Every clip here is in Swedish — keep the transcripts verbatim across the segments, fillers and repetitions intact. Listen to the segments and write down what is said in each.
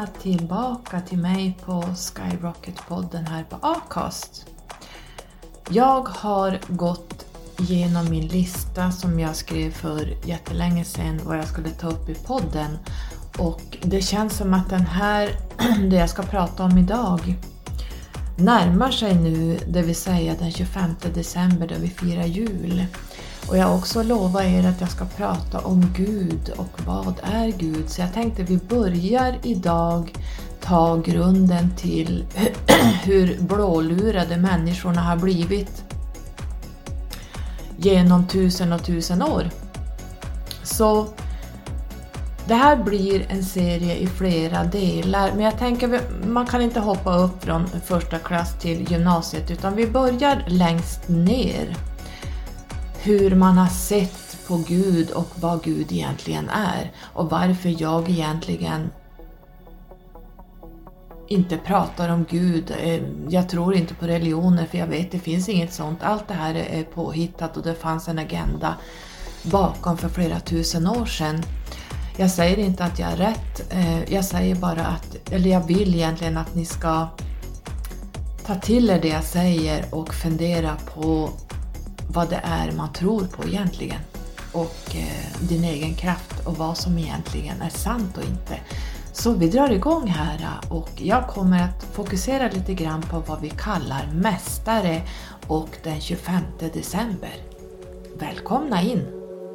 välkomna tillbaka till mig på Skyrocket-podden här på Acast. Jag har gått igenom min lista som jag skrev för jättelänge sedan vad jag skulle ta upp i podden. Och det känns som att den här, det jag ska prata om idag, närmar sig nu, det vill säga den tjugofemte december då vi firar jul. Och jag har också lovat er att jag ska prata om Gud och vad är Gud. Så jag tänkte vi börjar idag ta grunden till hur blålurade människorna har blivit genom tusen och tusen år. Så det här blir en serie i flera delar, men jag tänker man kan inte hoppa upp från första klass till gymnasiet utan vi börjar längst ner. Hur man har sett på Gud och vad Gud egentligen är och varför jag egentligen inte pratar om Gud. Jag tror inte på religioner för jag vet det finns inget sånt. Allt det här är påhittat och det fanns en agenda bakom för flera tusen år sedan. Jag säger inte att jag är rätt, jag säger bara att, eller jag vill egentligen att ni ska ta till er det jag säger och fundera på vad det är man tror på egentligen. Och eh, din egen kraft och vad som egentligen är sant och inte. Så vi drar igång här och jag kommer att fokusera lite grann på vad vi kallar mästare och den tjugofemte december. Välkomna in!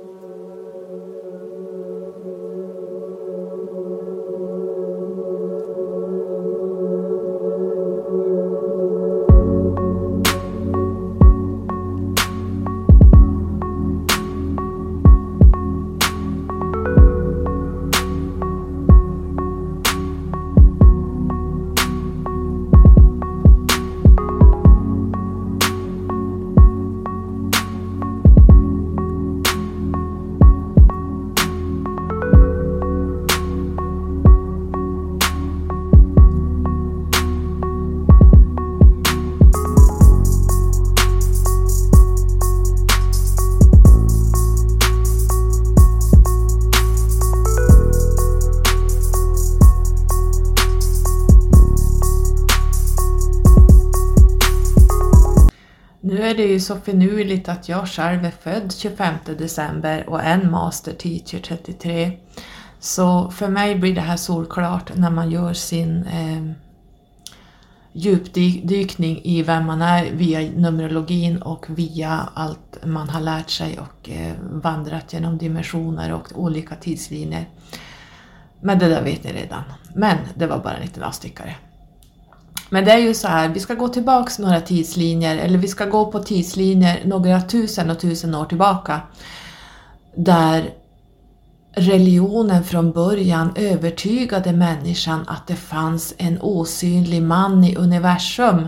Nu är det ju så finurligt att jag själv är född tjugofemte december och en master teacher trettiotre. Så för mig blir det här solklart när man gör sin eh, djupdykning i vem man är via numerologin och via allt man har lärt sig och eh, vandrat genom dimensioner och olika tidslinjer. Men det där vet ni redan. Men det var bara en liten avstickare. Men det är ju så här, vi ska gå tillbaks några tidslinjer, eller vi ska gå på tidslinjer några tusen och tusen år tillbaka. Där religionen från början övertygade människan att det fanns en osynlig man i universum.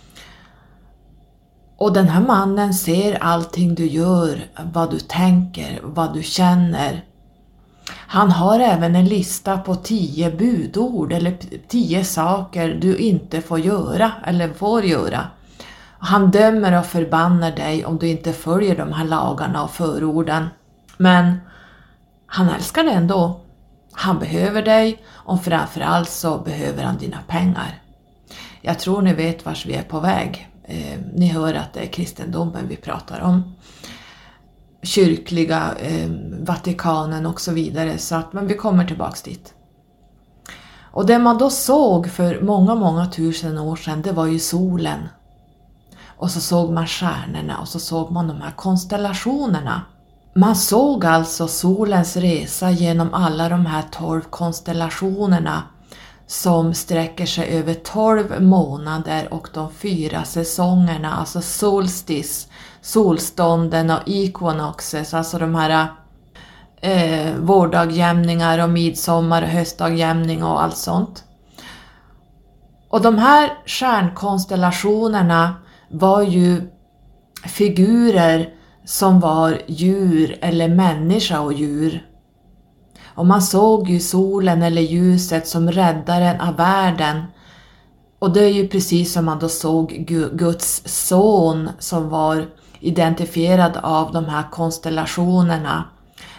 Och den här mannen ser allting du gör, vad du tänker, vad du känner. Han har även en lista på tio budord eller tio saker du inte får göra eller får göra. Han dömer och förbannar dig om du inte följer de här lagarna och förorden. Men han älskar dig ändå. Han behöver dig och framförallt så behöver han dina pengar. Jag tror ni vet vars vi är på väg. Eh, ni hör att det är kristendomen vi pratar om. Kyrkliga, eh, Vatikanen och så vidare. Så att, men vi kommer tillbaks dit. Och det man då såg för många, många tusen år sedan, det var ju solen. Och så såg man stjärnorna och så såg man de här konstellationerna. Man såg alltså solens resa genom alla de här tolv konstellationerna som sträcker sig över tolv månader och de fyra säsongerna, alltså solstice, solstånden och equinoxes, alltså de här eh, vårdagjämningar och midsommar och höstdagjämning och allt sånt. Och de här stjärnkonstellationerna var ju figurer som var djur eller människa och djur. Och man såg ju solen eller ljuset som räddaren av världen. Och det är ju precis som man då såg Guds son som var identifierad av de här konstellationerna.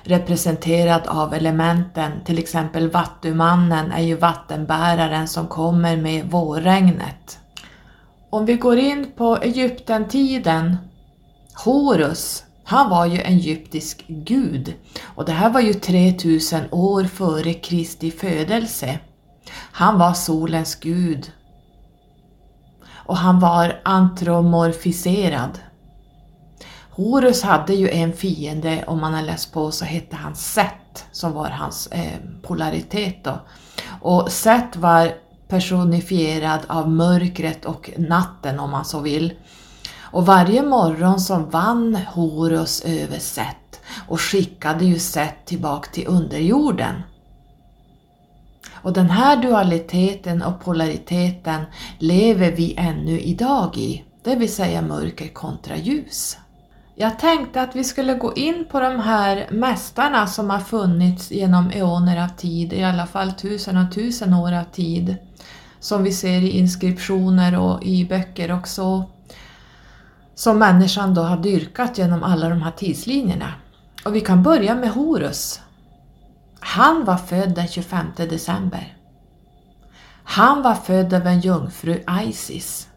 representerad av elementen. Till exempel vattumannen är ju vattenbäraren som kommer med vårregnet. Om vi går in på Egyptentiden, Horus, han var ju en egyptisk gud och det här var ju tre tusen år före Kristi födelse. Han var solens gud och han var antropomorfiserad. Horus hade ju en fiende, om man har läst på så hette han Set, som var hans eh, polaritet då. Och Set var personifierad av mörkret och natten, om man så vill. Och varje morgon så vann Horus över Set och skickade ju Set tillbaka till underjorden. Och den här dualiteten och polariteten lever vi ännu idag i, det vill säga mörker kontra ljus. Jag tänkte att vi skulle gå in på de här mästarna som har funnits genom eoner av tid, i alla fall tusen och tusen år av tid. Som vi ser i inskriptioner och i böcker också. Som människan då har dyrkat genom alla de här tidslinjerna. Och vi kan börja med Horus. Han var född den tjugofemte december. Han var född av en jungfru Isis.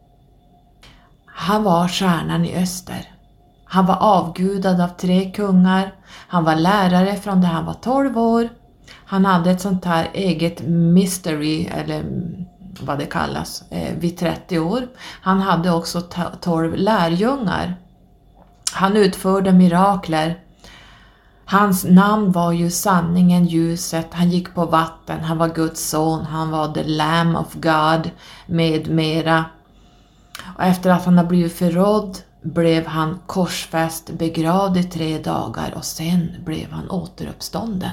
Han var stjärnan i öster. Han var avgudad av tre kungar. Han var lärare från det han var tolv år. Han hade ett sånt här eget mystery, eller vad det kallas, eh, vid trettio år. Han hade också tolv lärjungar. Han utförde mirakler. Hans namn var ju sanningen, ljuset. Han gick på vatten. Han var Guds son. Han var the Lamb of God med mera. Och efter att han har blivit förrådd blev han korsfäst, begravd i tre dagar och sen blev han återuppstånden.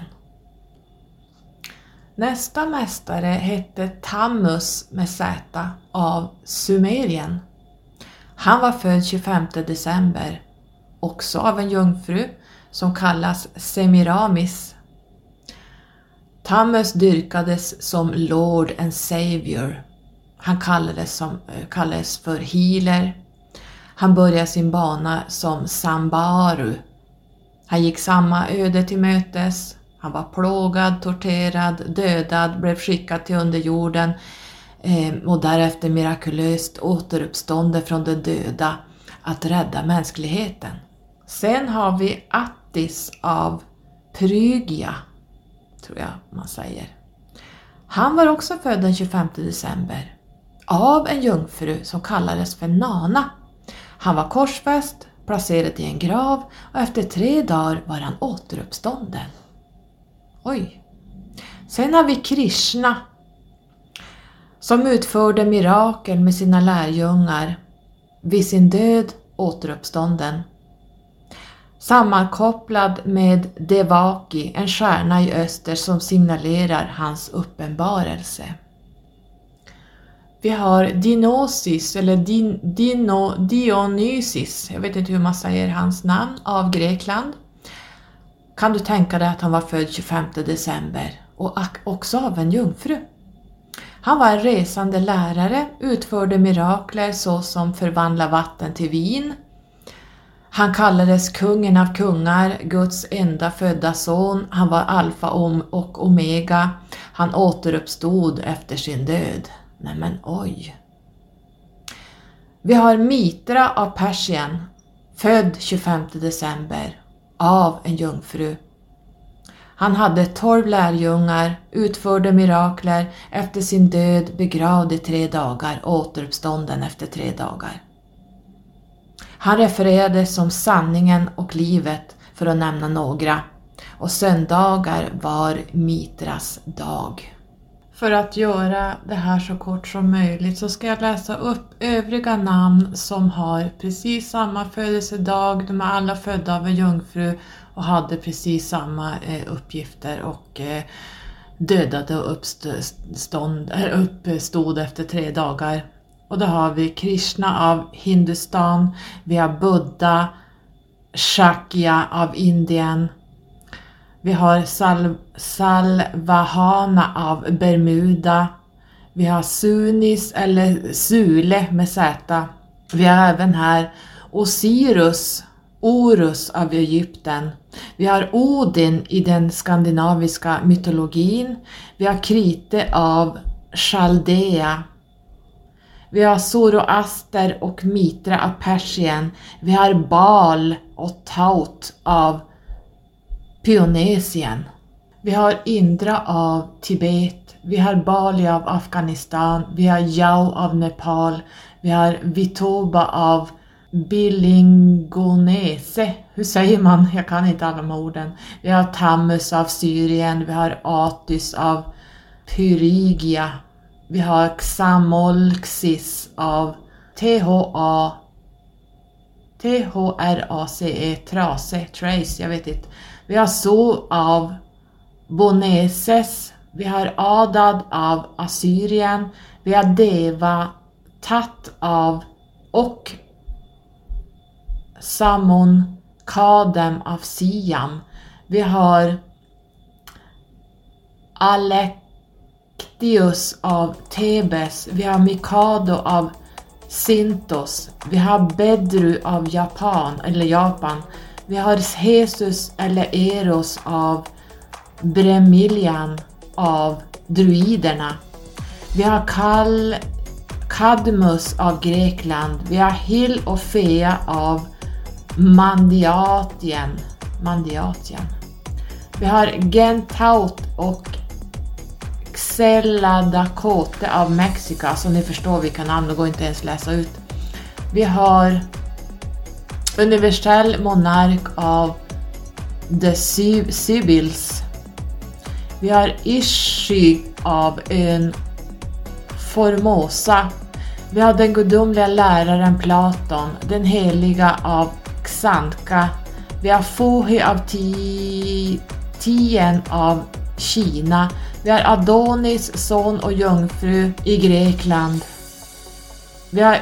Nästa mästare hette Tammuz med Z av Sumerien. Han var född tjugofemte december, också av en jungfru som kallas Semiramis. Tammuz dyrkades som Lord and Savior. Han kallades, som, kallades för healer. Han började sin bana som Sambaru. Han gick samma öde till mötes. Han var plågad, torterad, dödad, blev skickad till underjorden eh, och därefter mirakulöst återuppstående från de döda att rädda mänskligheten. Sen har vi Attis av Prygia, tror jag man säger. Han var också född den tjugofemte december av en jungfru som kallades för Nana. Han var korsfäst, placerad i en grav och efter tre dagar var han återuppstånden. Oj. Sen har vi Krishna som utförde mirakel med sina lärjungar, vid sin död återuppstånden. Sammankopplad med Devaki, en stjärna i öster som signalerar hans uppenbarelse. Vi har Dionysus eller Din, Dino, Dionysus, jag vet inte hur man säger hans namn, av Grekland. Kan du tänka dig att han var född tjugofemte december och också av en jungfru. Han var en resande lärare, utförde mirakler såsom förvandla vatten till vin. Han kallades kungen av kungar, Guds enda födda son. Han var alfa och omega. Han återuppstod efter sin död. Nej men oj. Vi har Mitra av Persien, född tjugofemte december av en jungfru. Han hade tolv lärjungar, utförde mirakler, efter sin död begravd i tre dagar, återuppstånden efter tre dagar. Han refererades som sanningen och livet, för att nämna några, och söndagar var Mitras dag. För att göra det här så kort som möjligt så ska jag läsa upp övriga namn som har precis samma födelsedag. De är alla födda av en jungfru och hade precis samma eh, uppgifter och eh, dödade och uppstånd, äh, uppstod efter tre dagar. Och då har vi Krishna av Hindustan, vi har Buddha, Shakya av Indien. Vi har Sal- Salvahana av Bermuda. Vi har Sunis eller Sule med Z. Vi har även här Osiris Horus av Egypten. Vi har Odin i den skandinaviska mytologin. Vi har Krite av Chaldea. Vi har Zoroaster och Mitra av Persien. Vi har Baal och Taut av Pyonesien. Vi har Indra av Tibet. Vi har Bali av Afghanistan. Vi har Yao av Nepal. Vi har Vitoba av Bilingonese. Hur säger man? Jag kan inte alla de orden. Vi har Tammuz av Syrien. Vi har Atis av Pyrigia. Vi har Xamolxis av T H A T H R A C E Trase, Trace, jag vet inte. Vi har So av Boneses. Vi har Adad av Assyrien. Vi har Deva Tat av och Samon Kadem av Siam. Vi har Alektius av Thebes. Vi har Mikado av Sintos. Vi har Bedru av Japan eller Japan. Vi har Jesus eller Eros av Bremilian av druiderna. Vi har Kal Kadmus av Grekland. Vi har Hill och Fea av Mandiatien. Mandiatien. Vi har Gentaut och Xeladakote av Mexiko. Så ni förstår vilka namn, det går inte ens läsa ut. Vi har Universell monark av The Sibyls. Vi har Ishi av ön Formosa. Vi har den gudomliga läraren Platon, den heliga av Xantka. Vi har Fuhi av Tien av Kina. Vi har Adonis, son och jungfru i Grekland. Vi har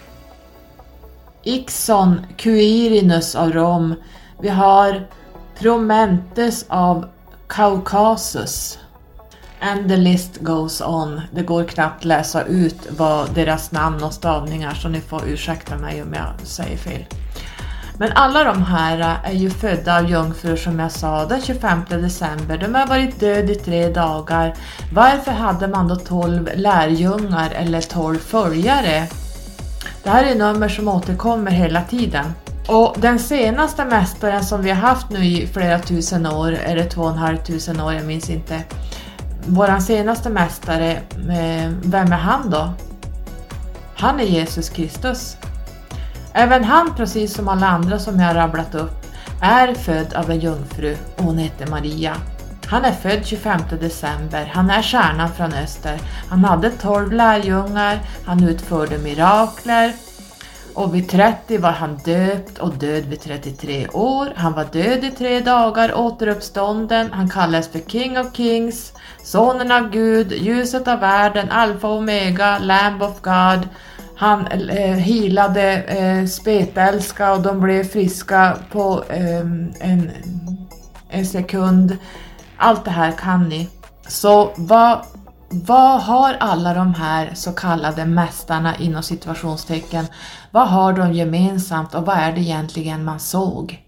Ixon Quirinus av Rom. Vi har Promentes av Kaukasus. And the list goes on. Det går knappt läsa ut vad deras namn och stavningar, så ni får ursäkta mig om jag säger fel. Men alla de här är ju födda av jungfrur, som jag sa, den tjugofemte december. De har varit död i tre dagar. Varför hade man då tolv lärjungar eller tolv följare? Det här är nummer som återkommer hela tiden. Och den senaste mästaren som vi har haft nu i flera tusen år, eller två och en halv tusen år, jag minns inte. Våran senaste mästare, vem är han då? Han är Jesus Kristus. Även han, precis som alla andra som jag har rabblat upp, är född av en jungfru och hon heter Maria. Han är född tjugofemte december, han är stjärnan från öster. Han hade tolv lärjungar, han utförde mirakler. Och vid trettio var han döpt och död vid trettiotre år. Han var död i tre dagar, återuppstånden. Han kallades för King of Kings, sonen av Gud, ljuset av världen, alfa och omega, Lamb of God. Han eh, healade eh, spetälska och de blev friska på eh, en, en sekund. Allt det här kan ni. Så vad, vad har alla de här så kallade mästarna inom situationstecken? Vad har de gemensamt och vad är det egentligen man såg?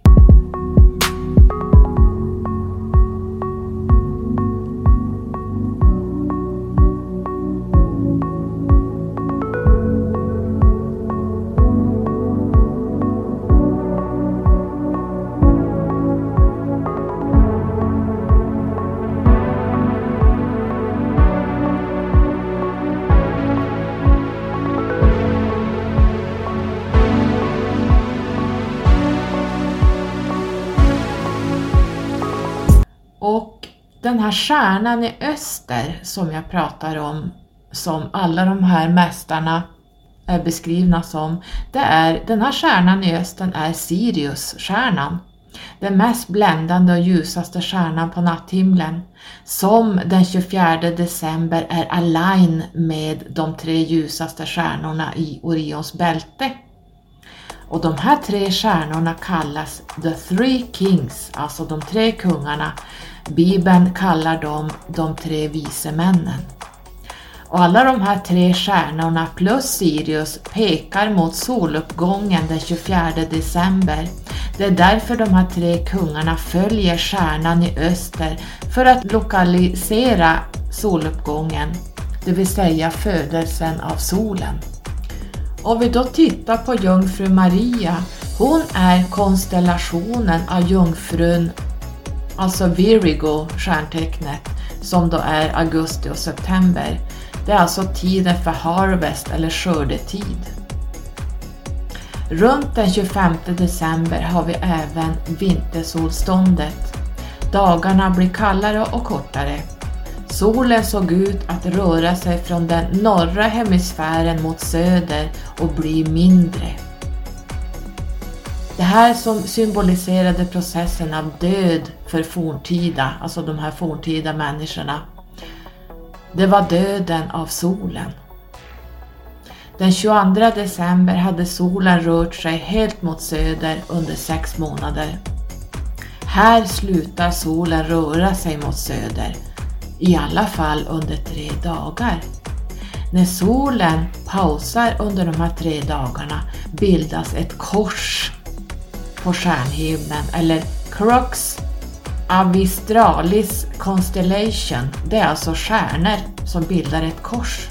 Och den här stjärnan i öster som jag pratar om, som alla de här mästarna är beskrivna som, det är, den här stjärnan i östern är Sirius-stjärnan. Den mest bländande och ljusaste stjärnan på natthimlen, som den tjugofjärde december är align med de tre ljusaste stjärnorna i Orions bälte. Och de här tre stjärnorna kallas The Three Kings, alltså de tre kungarna. Bibeln kallar dem de tre vise männen. Och alla de här tre stjärnorna plus Sirius pekar mot soluppgången den tjugofjärde december. Det är därför de här tre kungarna följer stjärnan i öster för att lokalisera soluppgången, det vill säga födelsen av solen. Om vi då tittar på jungfru Maria, hon är konstellationen av jungfrun, alltså Virgo stjärntecknet, som då är augusti och september. Det är alltså tiden för harvest eller skördetid. Runt den tjugofemte december har vi även vintersolståndet. Dagarna blir kallare och kortare. Solen såg ut att röra sig från den norra hemisfären mot söder och bli mindre. Det här som symboliserade processen av död för forntida, alltså de här forntida människorna. Det var döden av solen. Den tjugoandra december hade solen rört sig helt mot söder under sex månader. Här slutar solen röra sig mot söder, i alla fall under tre dagar. När solen pausar under de här tre dagarna bildas ett kors på stjärnhimlen, eller Crux Avistralis Constellation. Det är alltså stjärnor som bildar ett kors.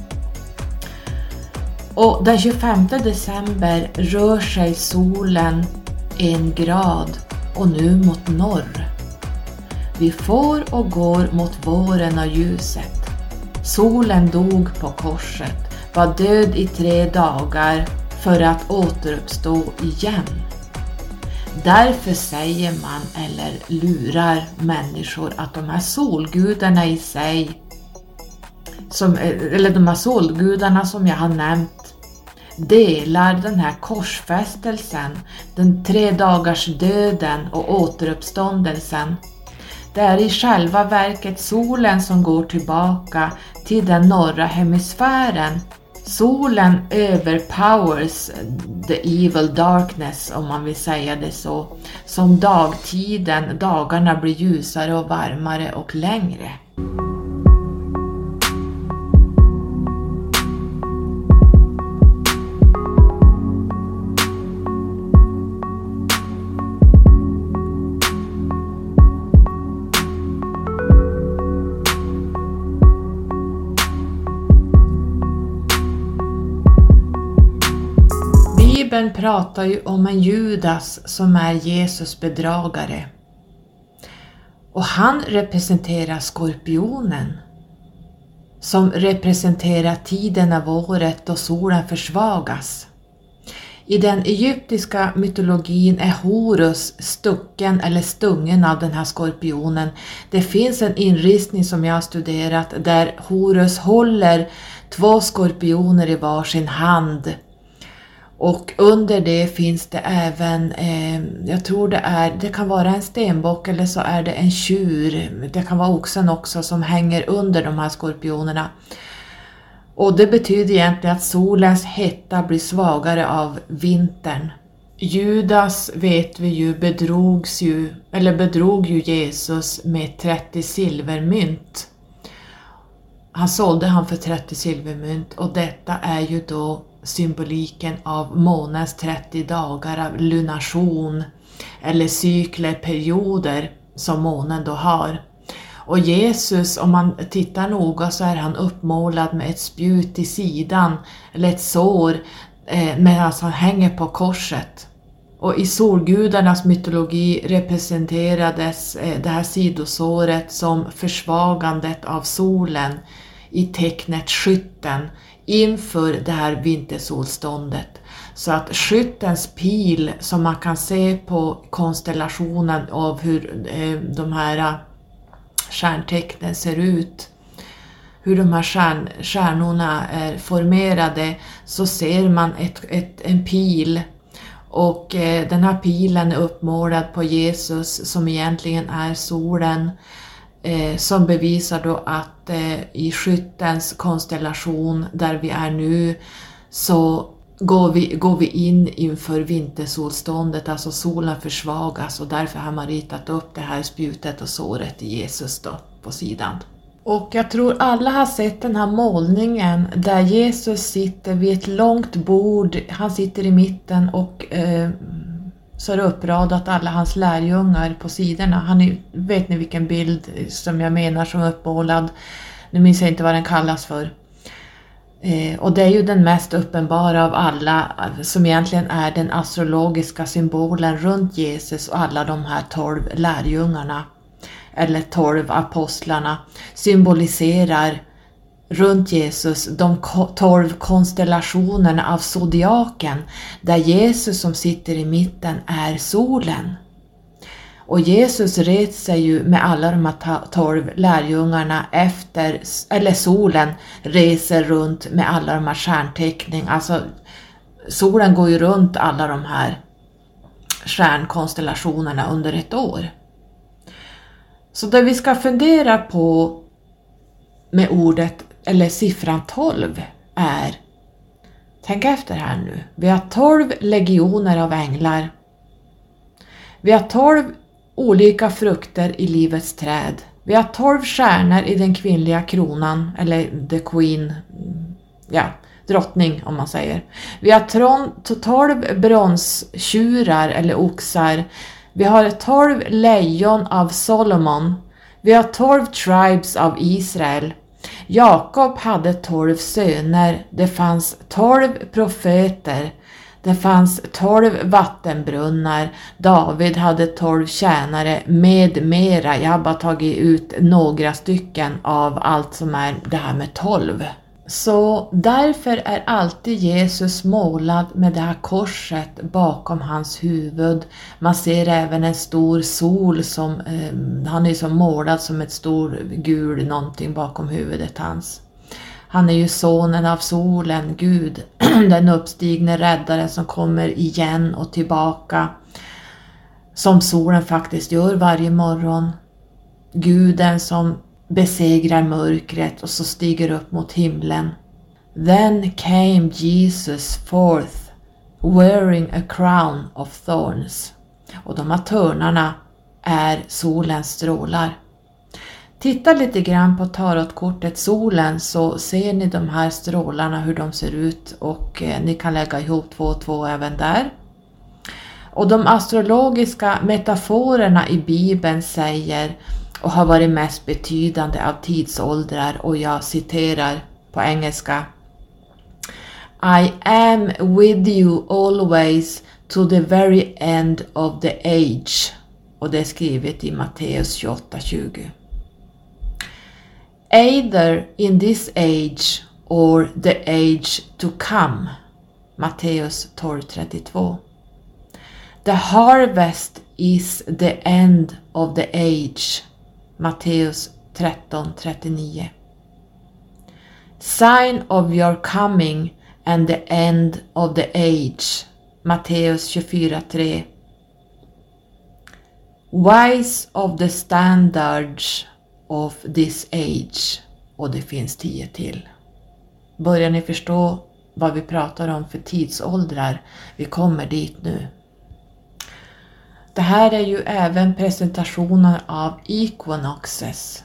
Och den tjugofemte december rör sig solen en grad och nu mot norr. Vi får och går mot våren och ljuset. Solen dog på korset, var död i tre dagar för att återuppstå igen. Därför säger man eller lurar människor att de här solgudarna i sig, som, eller de här solgudarna som jag har nämnt, delar den här korsfästelsen, den tre dagars döden och återuppståndelsen. Det är i själva verket solen som går tillbaka till den norra hemisfären. Solen överpowers the evil darkness, om man vill säga det så. Som dagtiden, dagarna blir ljusare och varmare och längre. Bibeln pratar ju om en Judas som är Jesus bedragare. Och han representerar skorpionen, som representerar tiden av året då solen försvagas. I den egyptiska mytologin är Horus stucken eller stungen av den här skorpionen. Det finns en inristning som jag har studerat där Horus håller två skorpioner i varsin hand. Och under det finns det även, eh, jag tror det är, det kan vara en stenbock eller så är det en tjur. Det kan vara oxen också som hänger under de här skorpionerna. Och det betyder egentligen att solens hetta blir svagare av vintern. Judas vet vi ju bedrogs ju, eller bedrog ju Jesus med trettio silvermynt. Han sålde han för trettio silvermynt och detta är ju då symboliken av månens trettio dagar av lunation eller cykler, perioder som månen då har. Och Jesus, om man tittar noga så är han uppmålad med ett spjut i sidan eller ett sår eh, medan han hänger på korset. Och i solgudarnas mytologi representerades eh, det här sidosåret som försvagandet av solen i tecknet skytten inför det här vintersolståndet. Så att skyttens pil som man kan se på konstellationen av hur eh, de här stjärntecknen ser ut, hur de här stjärn, stjärnorna är formerade, så ser man ett, ett, en pil. Och eh, den här pilen är uppmålad på Jesus som egentligen är solen. Eh, som bevisar då att eh, i skyttens konstellation där vi är nu så går vi, går vi in inför vintersolståndet, alltså solen försvagas och därför har man ritat upp det här spjutet och såret i Jesus då på sidan. Och jag tror alla har sett den här målningen där Jesus sitter vid ett långt bord. Han sitter i mitten och eh, så är det uppradat alla hans lärjungar på sidorna. Han är, vet ni vilken bild som jag menar som uppmålad? Nu minns jag inte vad den kallas för. Eh, och det är ju den mest uppenbara av alla, som egentligen är den astrologiska symbolen runt Jesus och alla de här tolv lärjungarna. Eller tolv apostlarna symboliserar runt Jesus de tolv konstellationerna av zodiaken, där Jesus som sitter i mitten är solen. Och Jesus reser ju med alla de här tolv lärjungarna efter, eller solen reser runt med alla de här stjärnteckning. Alltså solen går ju runt alla de här stjärnkonstellationerna under ett år. Så det vi ska fundera på med ordet eller siffran tolv är, tänk efter här nu, vi har tolv legioner av änglar. Vi har tolv olika frukter i livets träd. Vi har tolv stjärnor i den kvinnliga kronan, eller the queen, ja, drottning om man säger. Vi har tolv bronstjurar eller oxar. Vi har tolv lejon av Solomon. Vi har tolv tribes av Israel. Jakob hade tolv söner. Det fanns tolv profeter. Det fanns tolv vattenbrunnar. David hade tolv tjänare med mera. Jag har bara tagit ut några stycken av allt som är det här med tolv. Så därför är alltid Jesus målad med det här korset bakom hans huvud. Man ser även en stor sol som, eh, han är som målad som ett stor gul någonting bakom huvudet hans. Han är ju sonen av solen, Gud, den uppstigne räddare som kommer igen och tillbaka. Som solen faktiskt gör varje morgon. Guden som besegrar mörkret och så stiger upp mot himlen. Then came Jesus forth wearing a crown of thorns. Och de här törnarna är solens strålar. Titta lite grann på tarotkortet solen så ser ni de här strålarna hur de ser ut och eh, ni kan lägga ihop två och två även där. Och de astrologiska metaforerna i Bibeln säger och har varit mest betydande av tidsåldrar, och jag citerar på engelska: I am with you always to the very end of the age. Och det är skrivet i Matteus tjugoåtta tjugo. Either in this age or the age to come. Matteus tolv trettiotvå. The harvest is the end of the age. Matteus tretton trettionio. Sign of your coming and the end of the age. Matteus tjugofyra tre. Wise of the standards of this age. Och det finns tio till. Börjar ni förstå vad vi pratar om för tidsåldrar? Vi kommer dit nu. Det här är ju även presentationer av equinoxes.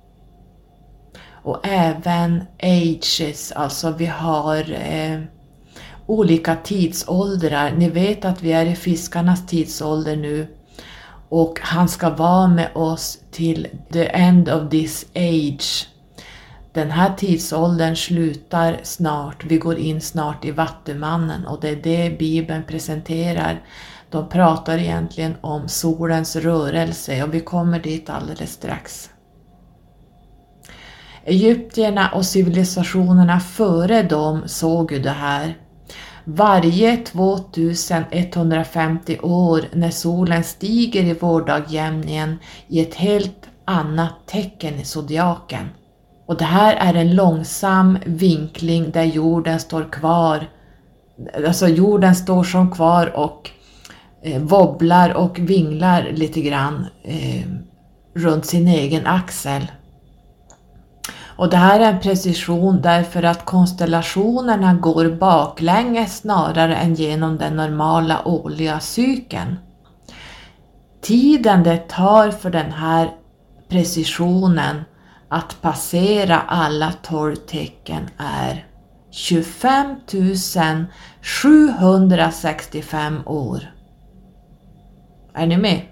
Och även ages, alltså vi har eh, olika tidsåldrar. Ni vet att vi är i fiskarnas tidsålder nu. Och han ska vara med oss till the end of this age. Den här tidsåldern slutar snart. Vi går in snart i Vattumannen, och det är det Bibeln presenterar. De pratar egentligen om solens rörelse, och vi kommer dit alldeles strax. Egyptierna och civilisationerna före dem såg ju det här. Varje tvåtusenetthundrafemtio år när solen stiger i vårdagjämningen i ett helt annat tecken i zodiaken. Och det här är en långsam vinkling där jorden står kvar. Alltså jorden står som kvar och eh, wobblar och vinglar lite grann eh, runt sin egen axel. Och det här är en precision därför att konstellationerna går baklänges snarare än genom den normala årliga cykeln. Tiden det tar för den här precisionen att passera alla tolv tecken är tjugofem tusen sjuhundrasextiofem år. Är ni med?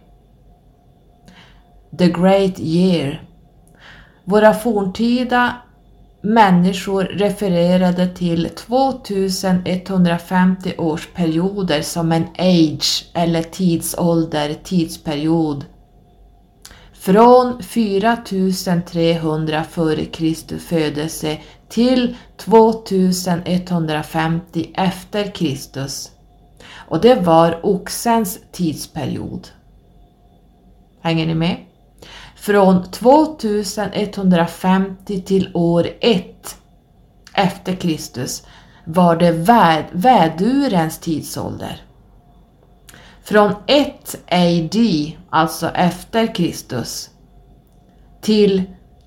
The Great Year. Våra forntida människor refererade till tvåtusenetthundrafemtio årsperioder som en age eller tidsålder, tidsperiod. Från fyratusentrehundra före Kristi födelse till tvåtusenetthundrafemtio efter Kristus. Och det var oxens tidsperiod. Hänger ni med? Från tvåtusenetthundrafemtio till år ett efter Kristus var det väd, vädurens tidsålder. Från ett A D, alltså efter Kristus, till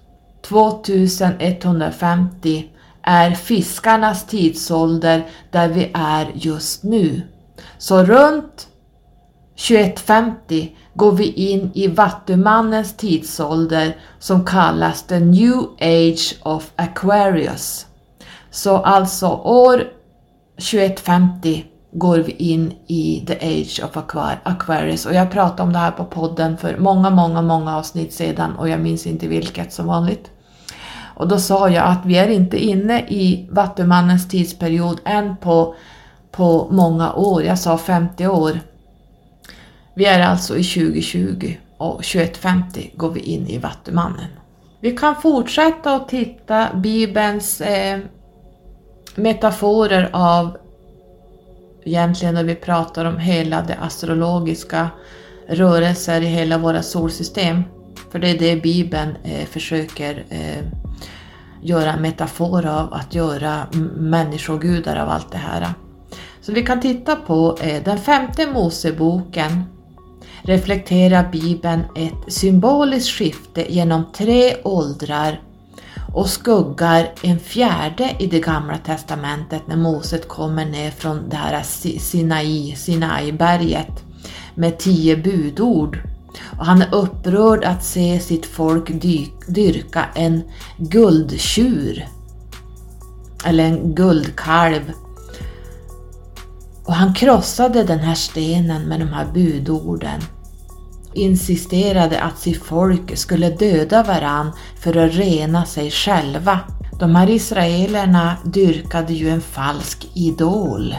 tvåtusenetthundrafemtio är fiskarnas tidsålder där vi är just nu. Så runt tjugoetthundrafemtio går vi in i vattumannens tidsålder som kallas the New Age of Aquarius. Så alltså år tjugoetthundrafemtio går vi in i the Age of Aquarius. Och jag pratade om det här på podden för många, många, många avsnitt sedan och jag minns inte vilket som vanligt. Och då sa jag att vi är inte inne i vattumannens tidsperiod än på, på många år. Jag sa femtio år. Vi är alltså i tjugohundratjugo och tjugoetthundrafemtio går vi in i vattumannen. Vi kan fortsätta att titta Bibelns eh, metaforer av egentligen när vi pratar om hela det astrologiska rörelser i hela våra solsystem. För det är det Bibeln eh, försöker eh, göra en metafor av, att göra människogudar av allt det här. Så vi kan titta på eh, den femte Moseboken. Reflekterar Bibeln ett symboliskt skifte genom tre åldrar och skuggar en fjärde i det gamla testamentet när Moset kommer ner från det här Sinai, Sinai-berget med tio budord. Och han är upprörd att se sitt folk dyrka en guldtjur eller en guldkalv. Och han krossade den här stenen med de här budorden. Insisterade att sitt folk skulle döda varann för att rena sig själva. De här israelerna dyrkade ju en falsk idol.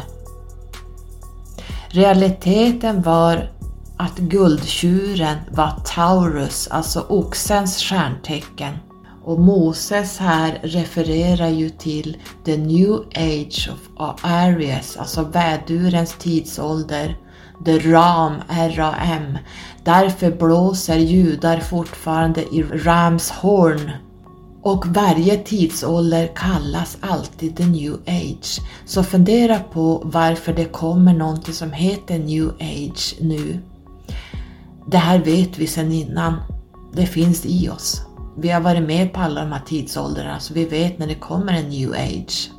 Realiteten var att guldtjuren var Taurus, alltså oxens stjärntecken. Och Moses här refererar ju till the new age of Aries, alltså vädurens tidsålder, the Ram, R A M. Därför blåser judar fortfarande i Rams horn. Och varje tidsålder kallas alltid the new age. Så fundera på varför det kommer någonting som heter new age nu. Det här vet vi sedan innan. Det finns i oss. Vi har varit med på alla de här tidsåldrarna så vi vet när det kommer en new age.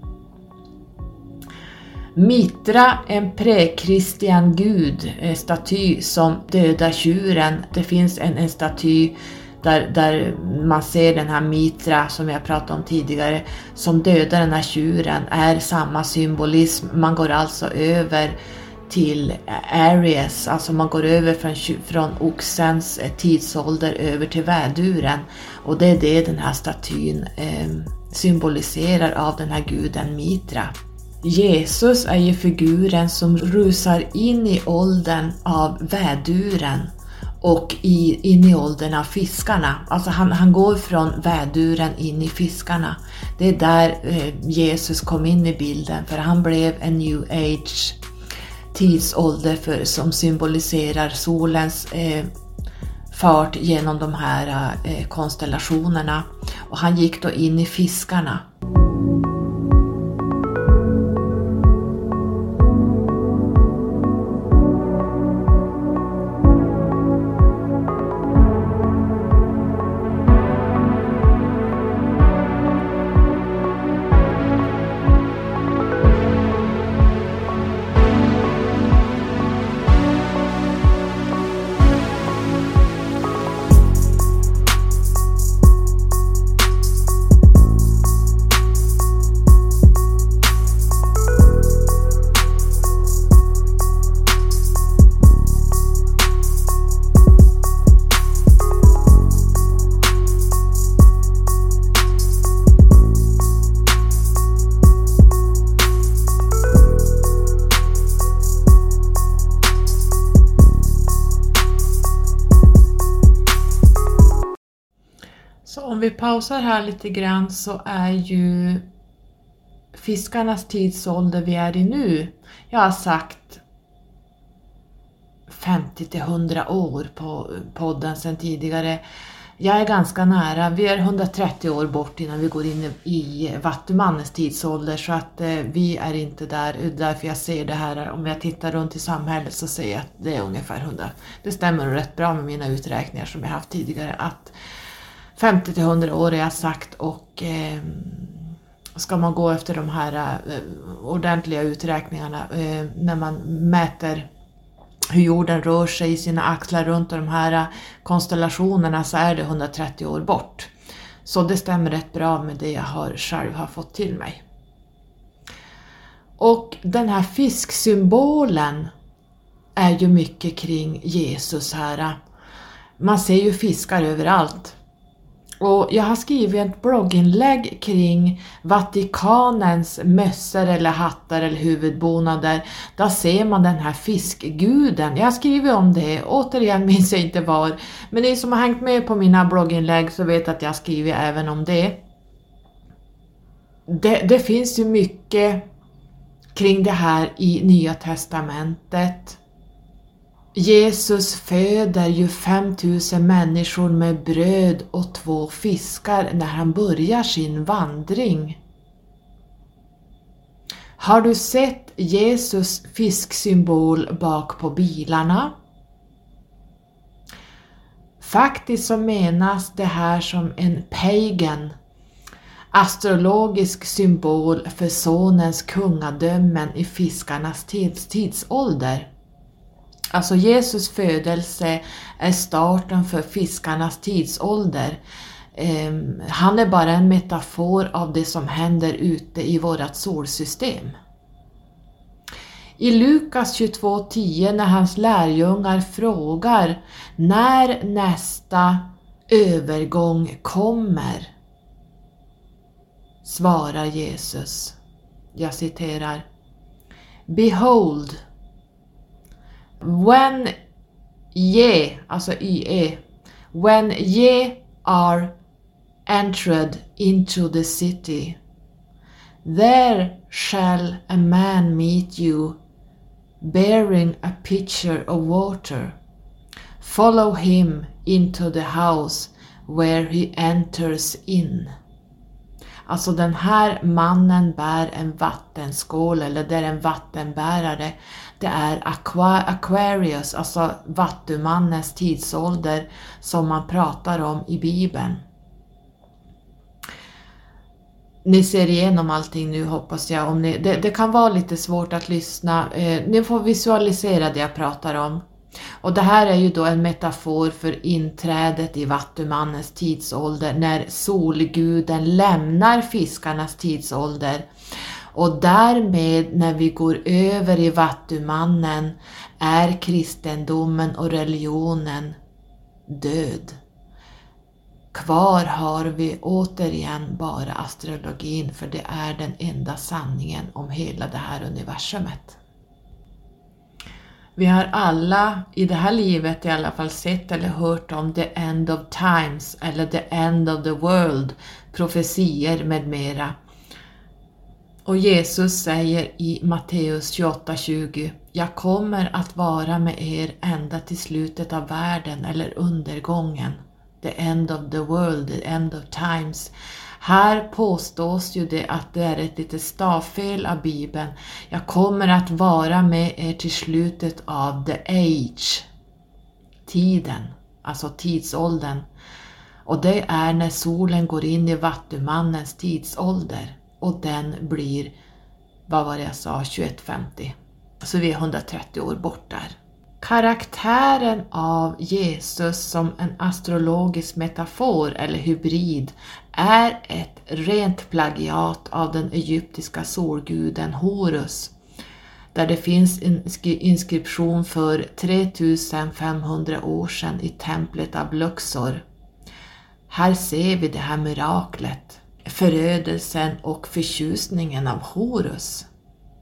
Mitra, en pre-kristian gud, staty som dödar tjuren. Det finns en, en staty där, där man ser den här Mitra som jag pratade om tidigare som dödar den här tjuren. Är samma symbolism. Man går alltså över till Aries, alltså man går över från, från oxens tidsålder över till väduren. Och det är det den här statyn eh, symboliserar av den här guden Mitra. Jesus är ju figuren som rusar in i åldern av väduren och i, in i åldern av fiskarna. Alltså han, han går från väduren in i fiskarna. Det är där eh, Jesus kom in i bilden, för han blev en new age tidsålder för, som symboliserar solens eh, fart genom de här eh, konstellationerna. Och han gick då in i fiskarna. vi pausar här lite grann så är ju fiskarnas tidsålder vi är i nu. Jag har sagt femtio till hundra år på podden sedan tidigare. Jag är ganska nära, vi är hundratrettio år bort innan vi går in i vattumannens tidsålder, så att eh, vi är inte där. Därför jag ser det här, om jag tittar runt i samhället så ser jag att det är ungefär hundra. Det stämmer rätt bra med mina uträkningar som jag haft tidigare, att femtio till hundra år är jag sagt, och eh, ska man gå efter de här eh, ordentliga uträkningarna eh, när man mäter hur jorden rör sig i sina axlar runt de här konstellationerna, så är det hundratrettio år bort. Så det stämmer rätt bra med det jag har själv har fått till mig. Och den här fisksymbolen är ju mycket kring Jesus här. Man ser ju fiskar överallt. Och jag har skrivit ett blogginlägg kring Vatikanens mössor eller hattar eller huvudbonader. Där ser man den här fiskguden. Jag har skrivit om det, återigen minns jag inte var. Men ni som har hängt med på mina blogginlägg så vet att jag har skrivit även om det. Det, det finns ju mycket kring det här i Nya Testamentet. Jesus föder ju femtusen människor med bröd och två fiskar när han börjar sin vandring. Har du sett Jesus fisksymbol bak på bilarna? Faktiskt så menas det här som en pagan, astrologisk symbol för sonens kungadömen i fiskarnas tids- tidsålder. Alltså Jesus födelse är starten för fiskarnas tidsålder. Um, han är bara en metafor av det som händer ute i vårat solsystem. I Lukas tjugotvå tio, när hans lärjungar frågar när nästa övergång kommer, svarar Jesus, jag citerar: Behold, when ye, alltså ye, when ye are entered into the city, there shall a man meet you bearing a pitcher of water. Follow him into the house where he enters in. Alltså den här mannen bär en vattenskål, eller det är en vattenbärare. Det är Aquarius, alltså vattumannens tidsålder som man pratar om i Bibeln. Ni ser igenom allting nu, hoppas jag. Om ni, det, det kan vara lite svårt att lyssna. Eh, ni får visualisera det jag pratar om. Och det här är ju då en metafor för inträdet i vattumannens tidsålder, när solguden lämnar fiskarnas tidsålder. Och därmed när vi går över i vattumannen är kristendomen och religionen död. Kvar har vi återigen bara astrologin, för det är den enda sanningen om hela det här universumet. Vi har alla i det här livet i alla fall sett eller hört om the end of times eller the end of the world, profetier med mera. Och Jesus säger i Matteus tjugoåtta tjugo: jag kommer att vara med er ända till slutet av världen eller undergången. The end of the world, the end of times. Här påstås ju det att det är ett litet stavfel av Bibeln. Jag kommer att vara med er till slutet av the age. Tiden, alltså tidsåldern. Och det är när solen går in i vattumannens tidsålder. Och den blir, vad var det jag sa, tjugoett femtio. Så vi är hundratrettio år bort där. Karaktären av Jesus som en astrologisk metafor eller hybrid är ett rent plagiat av den egyptiska solguden Horus, där det finns en inskription för tre tusen femhundra år sedan i templet av Luxor. Här ser vi det här miraklet, förödelsen och förtjusningen av Horus.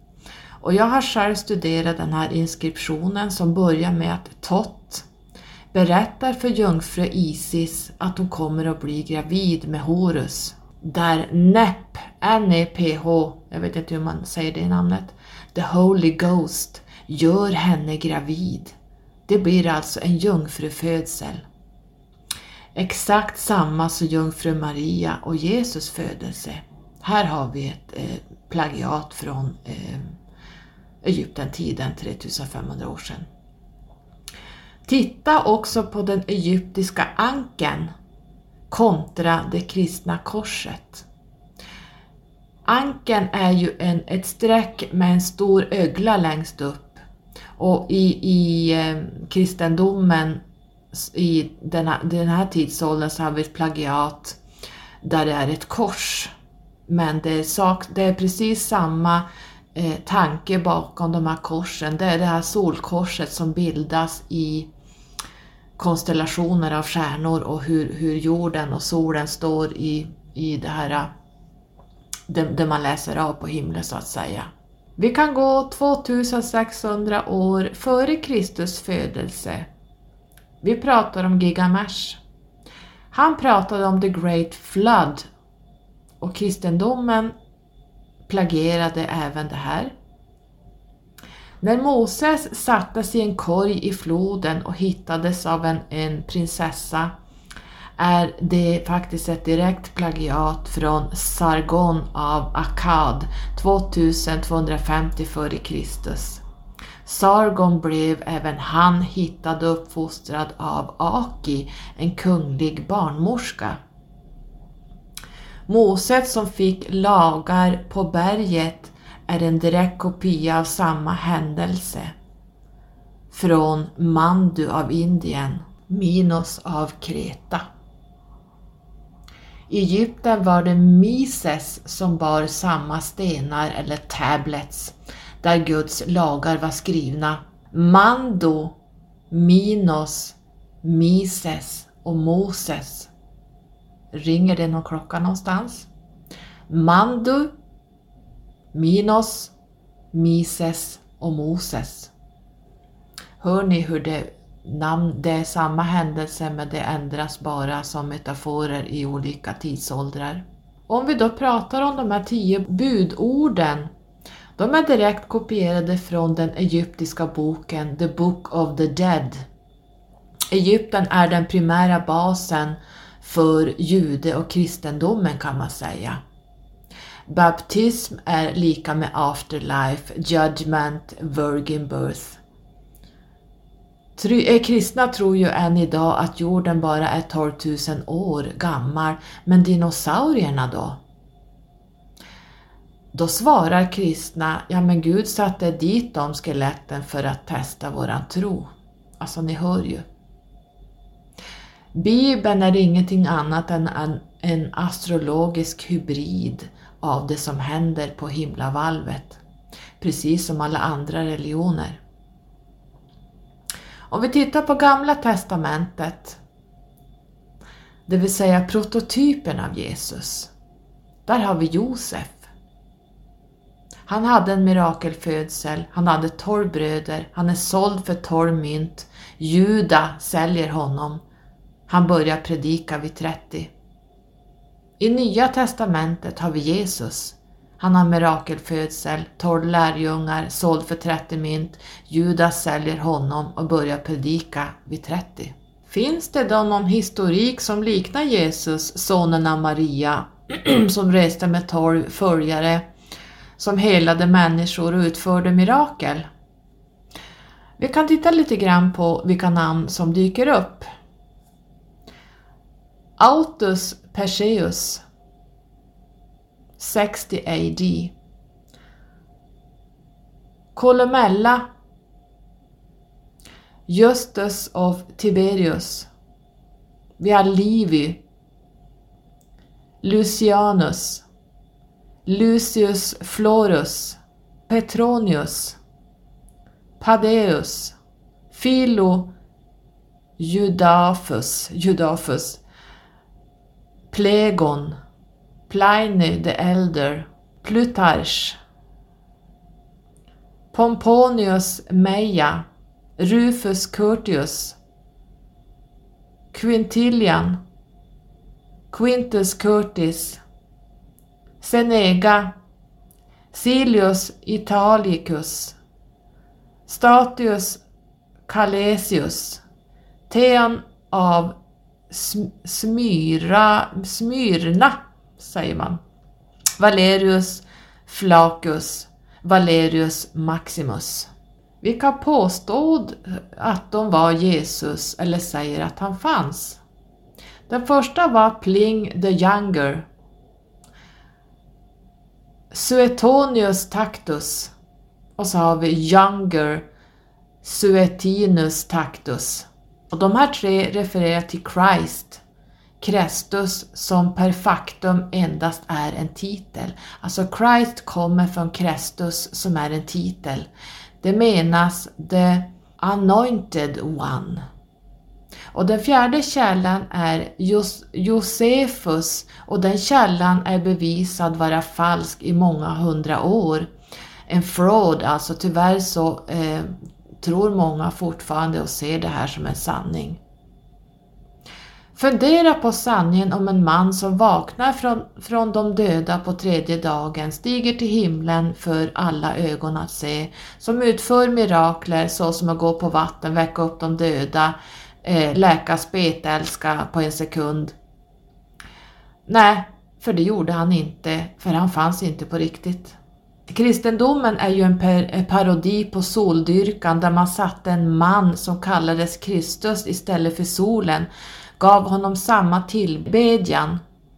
Och jag har själv studerat den här inskriptionen som börjar med att Tot, berättar för jungfru Isis att hon kommer att bli gravid med Horus. Där Nep, N E P H, jag vet inte hur man säger det namnet, The Holy Ghost, gör henne gravid. Det blir alltså en jungfrufödsel. Exakt samma som jungfru Maria och Jesus födelse. Här har vi ett eh, plagiat från eh, Egypten-tiden, trehundrafemhundra år sedan. Titta också på den egyptiska anken kontra det kristna korset. Anken är ju en, ett streck med en stor ögla längst upp. Och i, i eh, kristendomen, i den här, den här tidsåldern, så har vi ett plagiat där det är ett kors. Men det är, sak, det är precis samma eh, tanke bakom de här korsen. Det är det här solkorset som bildas i konstellationer av stjärnor och hur, hur jorden och solen står i, i det här det, det man läser av på himlen så att säga. Vi kan gå tvåtusensexhundra år före Kristus födelse. Vi pratar om Gilgamesh. Han pratade om the great flood och kristendomen plagierade även det här. När Moses sattes i en korg i floden och hittades av en, en prinsessa är det faktiskt ett direkt plagiat från Sargon av Akkad tvåtusentvåhundrafemtio före Kristus. Sargon blev även han hittad och uppfostrad av Aki, en kunglig barnmorska. Moses som fick lagar på berget är en direkt kopia av samma händelse från Mandu av Indien, Minos av Kreta. I Egypten var det Mises som bar samma stenar eller tablets där Guds lagar var skrivna. Mandu, Minos, Mises och Moses. Ringer det någon klocka någonstans? Mandu, Minos, Mises och Moses. Hör ni hur det, namn, det är samma händelse men det ändras bara som metaforer i olika tidsåldrar. Om vi då pratar om de här tio budorden, de är direkt kopierade från den egyptiska boken The Book of the Dead. Egypten är den primära basen för jude- och kristendomen kan man säga. Baptism är lika med afterlife, judgment, virgin birth. Kristna tror ju än idag att jorden bara är tolv tusen år gammal, men dinosaurierna då? Då svarar kristna, ja men Gud satte dit de skeletten för att testa våran tro. Alltså ni hör ju. Bibeln är ingenting annat än en, en astrologisk hybrid av det som händer på himlavalvet. Precis som alla andra religioner. Om vi tittar på Gamla testamentet, det vill säga prototypen av Jesus, där har vi Josef. Han hade en mirakelfödsel, han hade tolv bröder, han är såld för tolv mynt, Juda säljer honom, han börjar predika vid trettio. I Nya testamentet har vi Jesus. Han har mirakelfödsel, tolv lärjungar, såld för trettio mynt, Judas säljer honom och börjar predika vid trettio. Finns det då någon historik som liknar Jesus, sonen av Maria, som reste med tolv följare, som helade människor och utförde mirakel? Vi kan titta lite grann på vilka namn som dyker upp. Autus Perseus, sextio A D. Columella, Justus of Tiberius. Vi har Livy, Lucianus, Lucius Florus, Petronius, Padeus, Philo, Judafus, Judafus, Plegon, Pliny the Elder, Plutarch, Pomponius Meja, Rufus Curtius, Quintilian, Quintus Curtius, Seneca, Silius Italicus, Statius Calesius, Theon av Smyra, Smyrna säger man, Valerius Flaccus, Valerius Maximus. Vilka påstod att de var Jesus eller säger att han fanns? Den första var Pling the Younger, Suetonius Tacitus och så har vi Younger Suetinus Tacitus. Och de här tre refererar till Christ, Kristus, som per faktum endast är en titel. Alltså Christ kommer från Kristus som är en titel. Det menas the anointed one. Och den fjärde källan är Jos- Josefus, och den källan är bevisad vara falsk i många hundra år. En fraud, alltså tyvärr så eh, tror många fortfarande och ser det här som en sanning. Fundera på sanningen om en man som vaknar från, från de döda på tredje dagen, stiger till himlen för alla ögon att se, som utför mirakler så som att gå på vatten, väcka upp de döda, eh, läka spetälska på en sekund. Nej, för det gjorde han inte, för han fanns inte på riktigt. Kristendomen är ju en per- parodi på soldyrkan där man satte en man som kallades Kristus istället för solen, gav honom samma tillbedjan.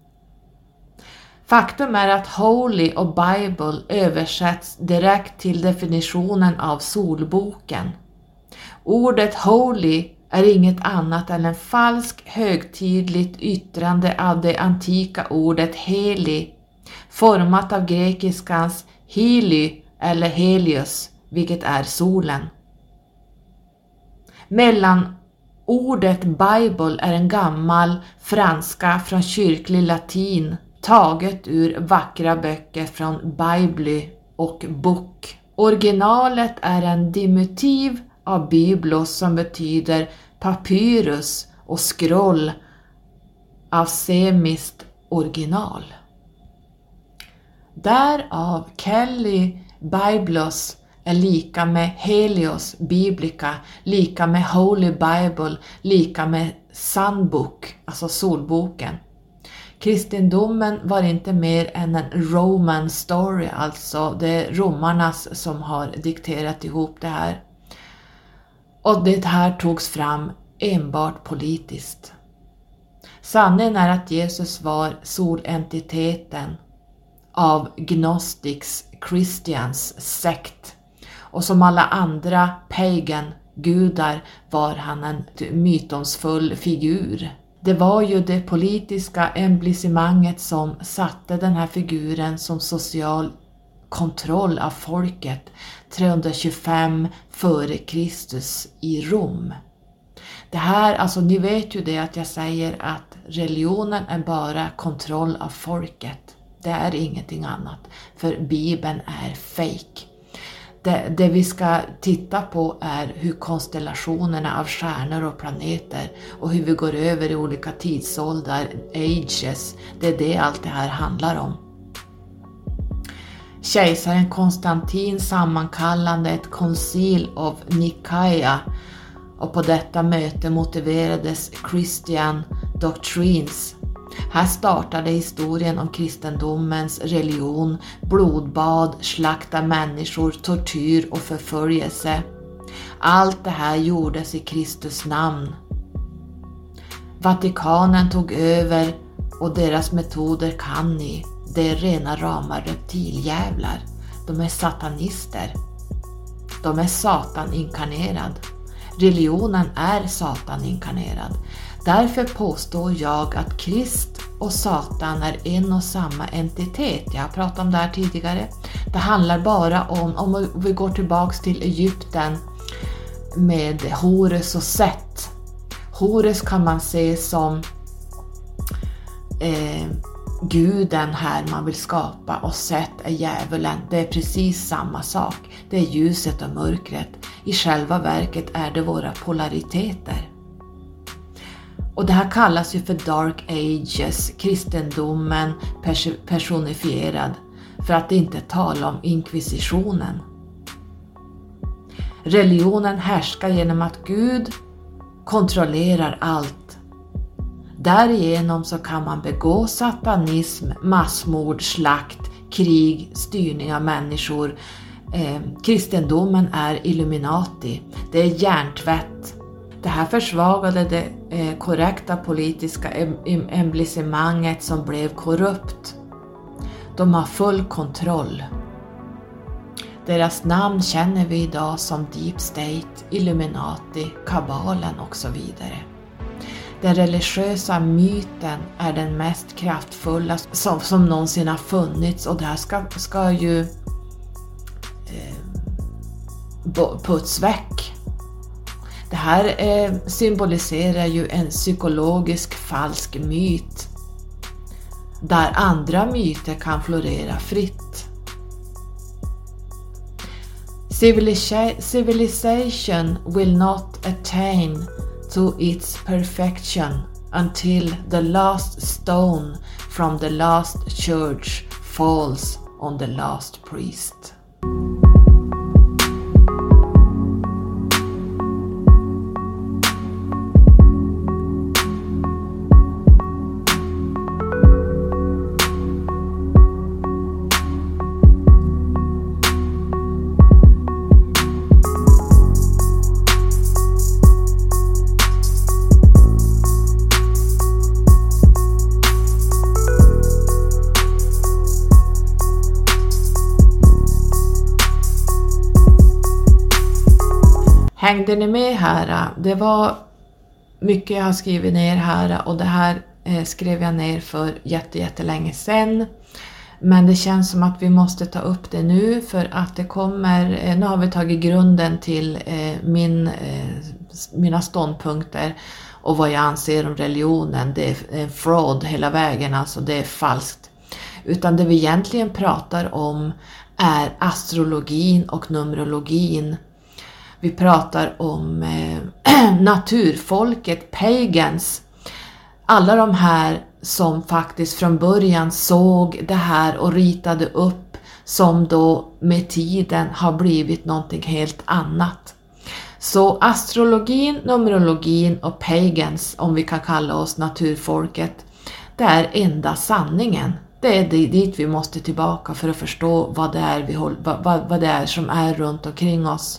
Faktum är att Holy och Bible översätts direkt till definitionen av solboken. Ordet Holy är inget annat än en falsk högtidligt yttrande av det antika ordet heli, format av grekiskans heli eller helios, vilket är solen. Mellan ordet Bible är en gammal franska från kyrklig latin, taget ur vackra böcker från Bibli och bok. Originalet är en diminutiv av biblos som betyder papyrus och scroll av semiskt original. Därav Kelly Biblos är lika med Helios Biblica, lika med Holy Bible, lika med Sunbook, alltså solboken. Kristendomen var inte mer än en Roman story, alltså det är romarnas som har dikterat ihop det här. Och det här togs fram enbart politiskt. Sanningen är att Jesus var solentiteten av Gnostics Christians sekt. Och som alla andra pagan gudar var han en mytomsfull figur. Det var ju det politiska emblissemanget som satte den här figuren som social kontroll av folket trehundratjugofem före Kristus i Rom. Det här, alltså ni vet ju det att jag säger att religionen är bara kontroll av folket. Det är ingenting annat, för Bibeln är fake. Det, det vi ska titta på är hur konstellationerna av stjärnor och planeter och hur vi går över i olika tidsåldrar, ages, det är det allt det här handlar om. Kejsaren Konstantin sammankallade ett koncil av Nikaia, och på detta möte motiverades Christian Doctrines. Här startade historien om kristendomens religion, blodbad, slakt av människor, tortyr och förföljelse. Allt det här gjordes i Kristus namn. Vatikanen tog över och deras metoder kan ni. Det är rena rama reptiljävlar. De är satanister. De är Satan inkarnerad. Religionen är Satan inkarnerad. Därför påstår jag att Krist och Satan är en och samma entitet. Jag har pratat om det här tidigare. Det handlar bara om, om vi går tillbaks till Egypten med Horus och Set. Horus kan man se som eh, guden här man vill skapa, och Set är djävulen. Det är precis samma sak. Det är ljuset och mörkret. I själva verket är det våra polariteter. Och det här kallas ju för Dark Ages, kristendomen personifierad, för att inte tala om inkvisitionen. Religionen härskar genom att Gud kontrollerar allt. Därigenom så kan man begå satanism, massmord, slakt, krig, styrning av människor. Eh, kristendomen är Illuminati. Det är hjärntvätt. Det här försvagade det eh, korrekta politiska em- etablissemanget som blev korrupt. De har full kontroll. Deras namn känner vi idag som Deep State, Illuminati, Kabalen och så vidare. Den religiösa myten är den mest kraftfulla som, som någonsin har funnits, och det här ska, ska ju eh, puts väck. Det här eh, symboliserar ju en psykologisk falsk myt där andra myter kan florera fritt. Civilization will not attain to its perfection until the last stone from the last church falls on the last priest. Hängde ni med här? Det var mycket jag har skrivit ner här, och det här skrev jag ner för jätte, jättelänge sedan. Men det känns som att vi måste ta upp det nu, för att det kommer, nu har vi tagit grunden till min, mina ståndpunkter och vad jag anser om religionen. Det är en fraud hela vägen, alltså det är falskt. Utan det vi egentligen pratar om är astrologin och numerologin. Vi pratar om eh, naturfolket, pagans. Alla de här som faktiskt från början såg det här och ritade upp, som då med tiden har blivit någonting helt annat. Så astrologin, numerologin och pagans, om vi kan kalla oss naturfolket, det är enda sanningen. Det är dit vi måste tillbaka för att förstå vad det är, vi håller, vad, vad det är som är runt omkring oss.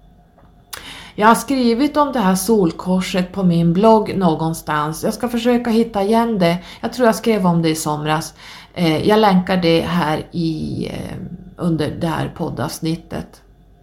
Jag har skrivit om det här solkorset på min blogg någonstans. Jag ska försöka hitta igen det. Jag tror jag skrev om det i somras. Jag länkar det här i, under det här poddavsnittet.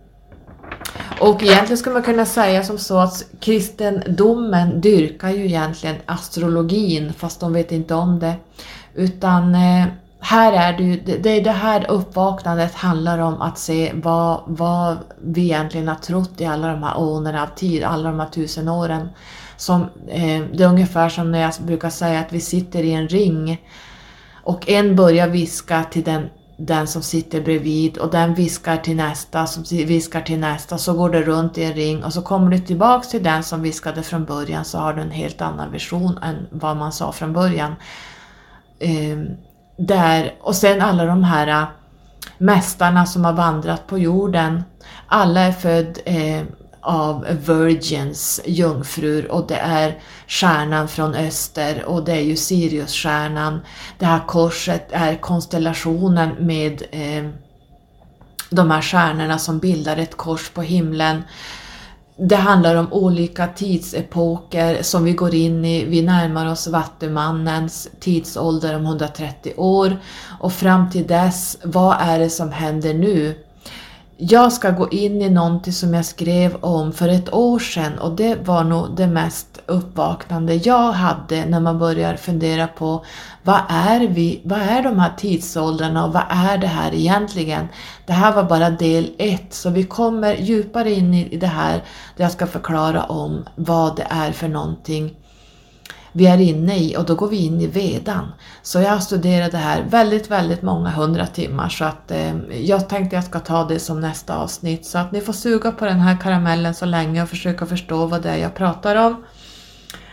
Och egentligen skulle man kunna säga som så att kristendomen dyrkar ju egentligen astrologin, fast de vet inte om det. Utan här är det ju, det är det här uppvaknandet handlar om, att se vad, vad vi egentligen har trott i alla de här åren av tid, alla de här tusen åren. Som, eh, det är ungefär som när jag brukar säga att vi sitter i en ring och en börjar viska till den, den som sitter bredvid, och den viskar till nästa som viskar till nästa, så går det runt i en ring, och så kommer du tillbaka till den som viskade från början, så har du en helt annan vision än vad man sa från början. Eh, Där, och sen alla de här mästarna som har vandrat på jorden, alla är född eh, av virgins, jungfrur, och det är stjärnan från öster, och det är ju Siriusstjärnan. Det här korset är konstellationen med eh, de här stjärnorna som bildar ett kors på himlen. Det handlar om olika tidsepoker som vi går in i. Vi närmar oss Vattumannens tidsålder om hundratrettio år. Och fram till dess, vad är det som händer nu? Jag ska gå in i någonting som jag skrev om för ett år sedan. Och det var nog det mest uppvaknande jag hade när man börjar fundera på vad är vi, vad är de här tidsåldrarna och vad är det här egentligen? Det här var bara del ett, så vi kommer djupare in i det här där jag ska förklara om vad det är för någonting vi är inne i, och då går vi in i Vedan. Så jag har studerat det här väldigt, väldigt många hundra timmar, så att eh, jag tänkte jag ska ta det som nästa avsnitt, så att ni får suga på den här karamellen så länge och försöka förstå vad det är jag pratar om.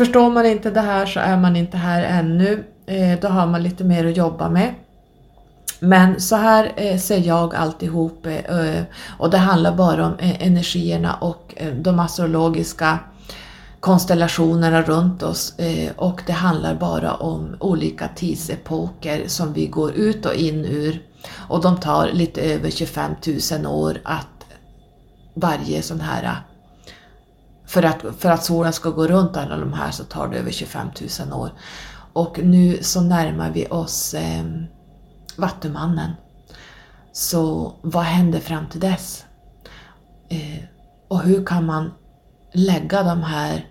Förstår man inte det här så är man inte här ännu. Eh, då har man lite mer att jobba med. Men så här eh, ser jag alltihop eh, och det handlar bara om eh, energierna och eh, de astrologiska konstellationerna runt oss eh, och det handlar bara om olika tidsepoker som vi går ut och in ur och de tar lite över tjugofem tusen år att varje sån här, för att, för att solen ska gå runt alla de här så tar det över tjugofem tusen år. Och nu så närmar vi oss eh, Vattumannen. Så vad händer fram till dess? Eh, och hur kan man lägga de här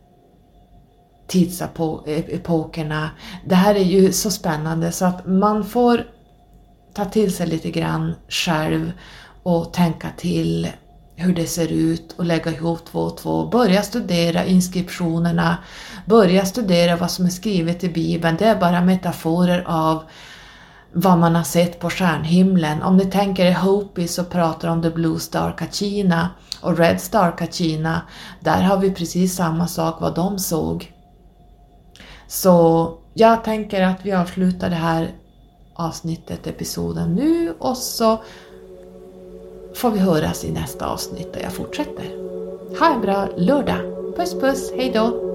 tidsepokerna? Det här är ju så spännande så att man får ta till sig lite grann själv och tänka till hur det ser ut och lägga ihop två och två. Börja studera inskriptionerna, börja studera vad som är skrivet i Bibeln. Det är bara metaforer av vad man har sett på stjärnhimlen. Om ni tänker er Hopi så pratar om The Blue Star Kachina och Red Star Kachina. Där har vi precis samma sak vad de såg. Så jag tänker att vi avslutar det här avsnittet, episoden nu och så får vi höras i nästa avsnitt där jag fortsätter. Ha en bra lördag. Puss puss, hej då!